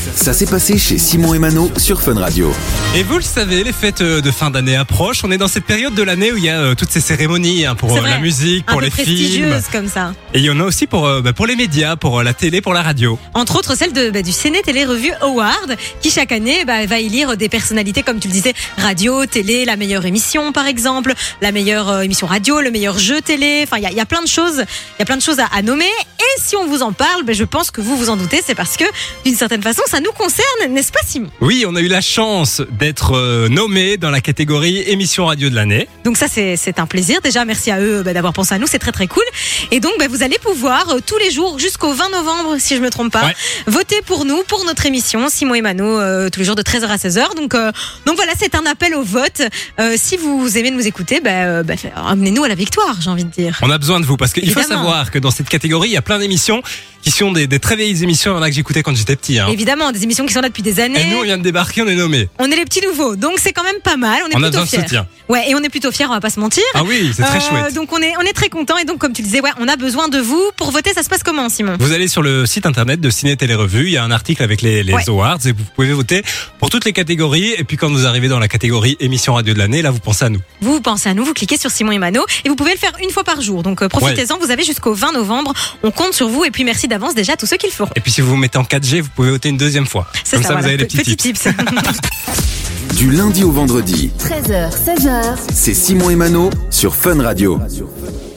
Ça s'est passé chez Simon et Mano sur Fun Radio. Et vous le savez, les fêtes de fin d'année approchent. On est dans cette période de l'année où il y a toutes ces cérémonies pour la musique, pour un peu les films. prestigieuse comme ça. Et il y en a aussi pour les médias, pour la télé, pour la radio. Entre autres celle du Ciné Télé Revue Award, qui chaque année va élire des personnalités, comme tu le disais, radio, télé, la meilleure émission par exemple, la meilleure émission radio, le meilleur jeu télé. Enfin, il y a plein de choses. Il y a plein de choses à nommer. Et si on vous en parle, je pense que vous vous en doutez, c'est parce que d'une certaine façon, ça nous concerne, n'est-ce pas Simon ? Oui, on a eu la chance d'être nommé dans la catégorie émission radio de l'année. Donc ça, c'est un plaisir. Déjà, merci à eux d'avoir pensé à nous, c'est très très cool. Et donc, vous allez pouvoir tous les jours jusqu'au 20 novembre, si je me trompe pas, voter pour nous, pour notre émission Simon et Mano, tous les jours de 13h à 16h. Donc voilà, c'est un appel au vote. Si vous aimez nous écouter, amenez-nous à la victoire, j'ai envie de dire. On a besoin de vous parce qu'il faut Évidemment. savoir que dans cette catégorie, il y a plein d'émissions qui sont des très vieilles émissions. Il y en a que j'écoutais quand j'étais petit. Évidemment, des émissions qui sont là depuis des années. Et nous, on vient de débarquer, on est nommés. On est les petits nouveaux, donc c'est quand même pas mal. On a plutôt besoin de fiers. soutien. Ouais, et on est plutôt fiers, on va pas se mentir. Ah oui, c'est très chouette. Donc on est très contents et donc comme tu le disais, on a besoin de vous pour voter. Ça se passe comment, Simon ? Vous allez sur le site internet de Ciné Télé Revue, il y a un article avec les awards et vous pouvez voter pour toutes les catégories. Et puis quand vous arrivez dans la catégorie émission radio de l'année, là vous pensez à nous. Vous pensez à nous, vous cliquez sur Simon et Mano et vous pouvez le faire une fois par jour. Donc profitez-en, vous avez jusqu'au 20 novembre. On compte sur vous et puis merci d'avance déjà à tous ceux qui le feront. Et puis si vous vous mettez en 4G, vous pouvez voter une deuxième fois. Comme ça, vous avez les petits tips. Du lundi au vendredi, 13h, 16h. c'est Simon et Mano sur Fun Radio.